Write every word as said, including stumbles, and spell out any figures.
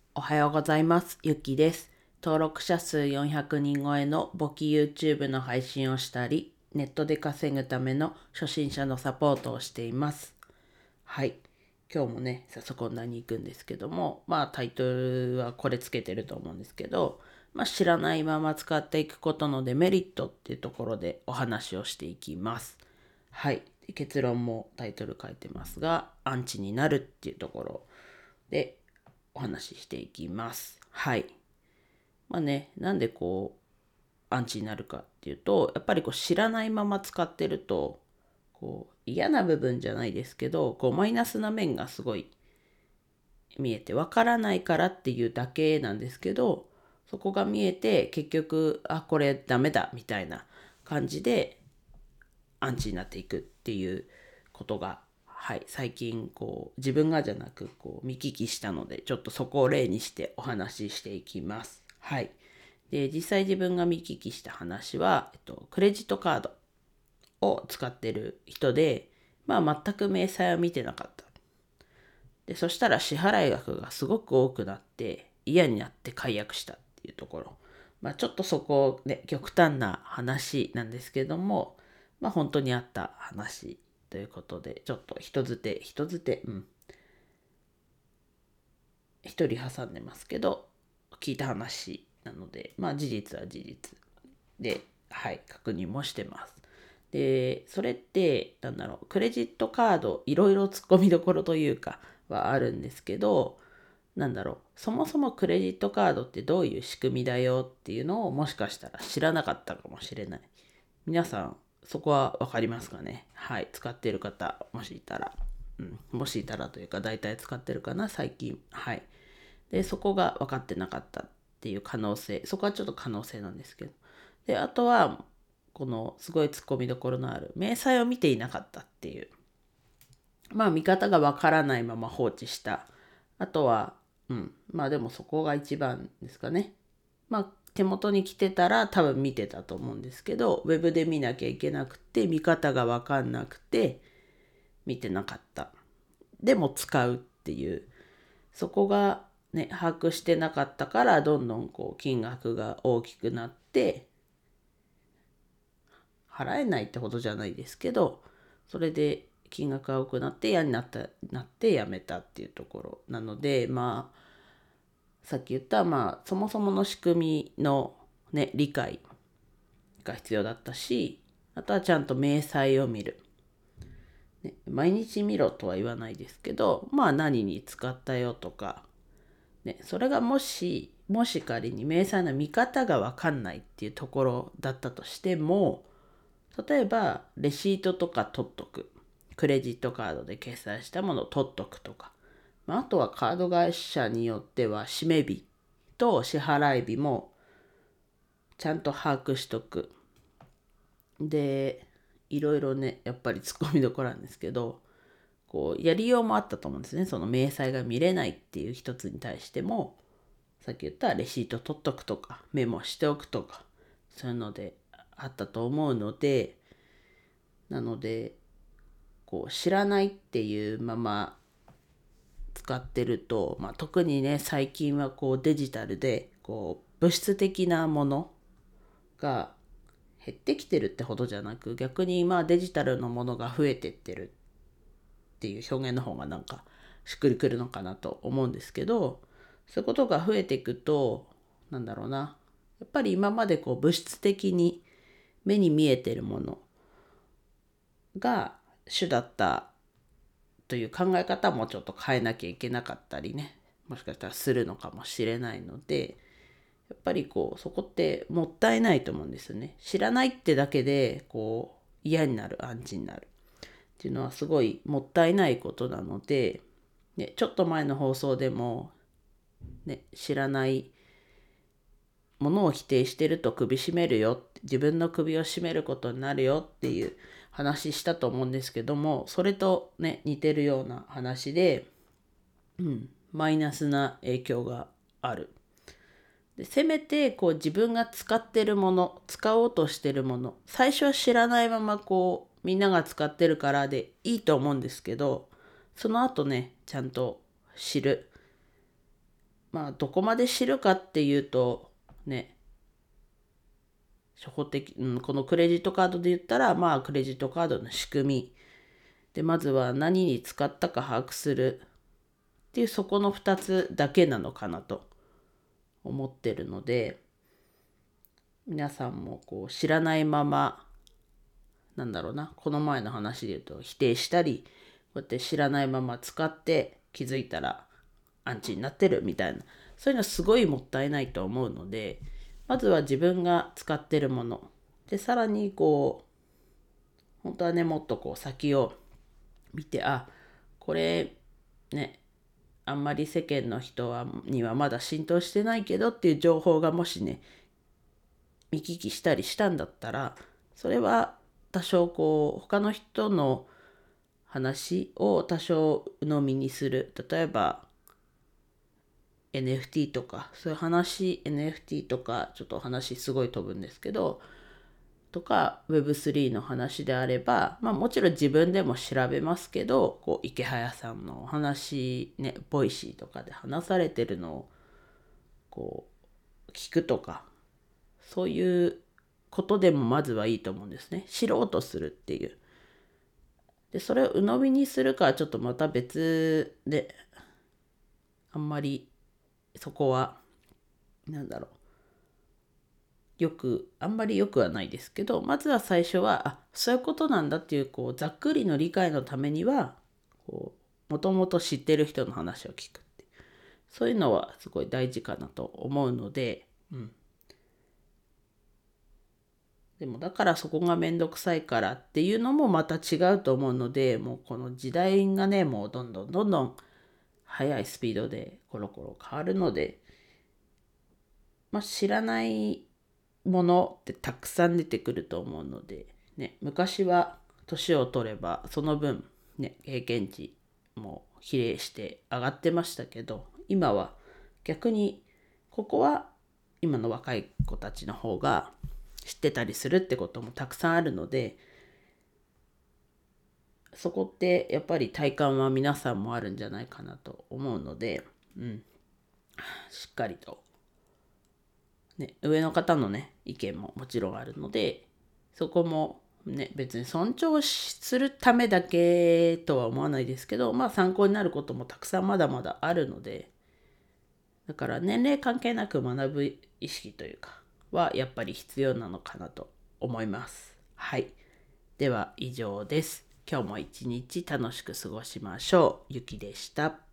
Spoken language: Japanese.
おはようございます。ゆきです。登録者数よんひゃくにん超えの簿記 YouTube の配信をしたり、ネットで稼ぐための初心者のサポートをしています。はい。今日もね、早速こんなに行くんですけども、まあタイトルはこれつけてると思うんですけど、まあ知らないまま使っていくことのデメリットっていうところでお話をしていきます。はい。結論もタイトル書いてますが、アンチになるっていうところでお話ししていきます。はい。まあね、なんでこう、アンチになるかっていうと、やっぱりこう知らないまま使ってると、こう嫌な部分じゃないですけど、こうマイナスな面がすごい見えて、わからないからっていうだけなんですけど、そこが見えて結局、あ、これダメだみたいな感じでアンチになっていくっていうことが、はい、最近こう自分がじゃなくこう見聞きしたので、ちょっとそこを例にしてお話ししていきます。はい。で、実際自分が見聞きした話は、えっと、クレジットカードを使ってる人で、まあ全く明細を見てなかった。で、そしたら支払い額がすごく多くなって嫌になって解約したっていうところ。まあちょっとそこね、極端な話なんですけども、まあ本当にあった話ということで、ちょっと人づて、人づて、うん、一人挟んでますけど、聞いた話なので、まあ事実は事実で、はい、確認もしてます。で、それって、なんだろう、クレジットカード、いろいろ突っ込みどころというか、はあるんですけど、なんだろう、そもそもクレジットカードってどういう仕組みだよっていうのをもしかしたら知らなかったかもしれない。皆さん、そこはわかりますかね。はい、使っている方、もしいたら。うん、もしいたらというか、大体使ってるかな、最近。はい。で、そこが分かってなかったっていう可能性、そこはちょっと可能性なんですけど。で、あとは、このすごい突っ込みどころのある、明細を見ていなかったっていう。まあ、見方が分からないまま放置した。あとは、うん、まあでもそこが一番ですかね。まあ、手元に来てたら多分見てたと思うんですけど、ウェブで見なきゃいけなくて、見方が分かんなくて、見てなかった。でも使うっていう、そこがね、把握してなかったから、どんどんこう金額が大きくなって、払えないってことじゃないですけど、それで金額が多くなって嫌になったなってやめたっていうところなので、まあさっき言ったまあそもそもの仕組みのね理解が必要だったし、あとはちゃんと明細を見る、ね、毎日見ろとは言わないですけど、まあ何に使ったよとか、ね、それがもしもし仮に明細の見方が分かんないっていうところだったとしても、例えばレシートとか取っとく、クレジットカードで決済したものを取っとくとか、あとはカード会社によっては締め日と支払い日もちゃんと把握しとく。で、いろいろね、やっぱりツッコミどころなんですけど、こうやりようもあったと思うんですね。その明細が見れないっていう一つに対しても、さっき言ったレシート取っとくとかメモしておくとか、そういうのであったと思うので、なのでこう知らないっていうまま使ってると、まあ、特にね最近はこうデジタルでこう物質的なものが減ってきてるってほどじゃなく、逆にまあデジタルのものが増えてってるっていう表現の方がなんかしっくりくるのかなと思うんですけど、そういうことが増えていくと、なんだろうな、やっぱり今までこう物質的に目に見えてるものが主だったという考え方もちょっと変えなきゃいけなかったりね、もしかしたらするのかもしれないので、やっぱりこうそこってもったいないと思うんですよね。知らないってだけでこう嫌になる、アンチになるっていうのはすごいもったいないことなので、ね、ちょっと前の放送でも、ね、知らないものを否定してると首絞めるよ、自分の首を絞めることになるよっていう話したと思うんですけども、それとね似てるような話で、うん、マイナスな影響がある。でせめてこう自分が使ってるもの、使おうとしてるもの、最初は知らないままこうみんなが使ってるからでいいと思うんですけど、その後ねちゃんと知る。 まあどこまで知るかっていうとね、初歩的、うん、このクレジットカードで言ったら、まあクレジットカードの仕組みで、まずは何に使ったか把握するっていう、そこのふたつだけなのかなと思ってるので、皆さんもこう知らないまま、なんだろうな、この前の話で言うと否定したり、こうやって知らないまま使って気づいたらアンチになってるみたいな、そういうのすごいもったいないと思うので、まずは自分が使ってるもので、さらにこう本当はね、もっとこう先を見て、あ、これね、あんまり世間の人はにはまだ浸透してないけどっていう情報がもしね、見聞きしたりしたんだったら、それは多少こう他の人の話を多少鵜呑みにする。例えば エヌエフティー とかそういう話、 エヌエフティー とかちょっと話すごい飛ぶんですけど、とか ウェブスリー の話であれば、まあもちろん自分でも調べますけど、こう池早さんのお話ね、ボイシーとかで話されてるのをこう聞くとか、そういうことでもまずはいいと思うんですね。知ろうとするっていう。で、それを鵜呑みにするかはちょっとまた別で、あんまりそこは、なんだろう。よく、あんまりよくはないですけど、まずは最初は、あ、そういうことなんだっていう、こう、ざっくりの理解のためには、こう、もともと知ってる人の話を聞くって。そういうのはすごい大事かなと思うので、うん。でもだからそこがめんどくさいからっていうのもまた違うと思うので、もうこの時代がね、もうどんどんどんどん速いスピードでコロコロ変わるので、まあ、知らないものってたくさん出てくると思うので、ね、昔は年を取ればその分、ね、経験値も比例して上がってましたけど、今は逆にここは今の若い子たちの方が知ってたりするってこともたくさんあるので、そこってやっぱり体感は皆さんもあるんじゃないかなと思うので、うん、しっかりと、ね、上の方のね意見ももちろんあるので、そこもね別に尊重するためだけとは思わないですけど、まあ参考になることもたくさんまだまだあるので、だから年齢関係なく学ぶ意識というかはやっぱり必要なのかなと思います。はい。では以上です。今日も一日楽しく過ごしましょう。ゆきでした。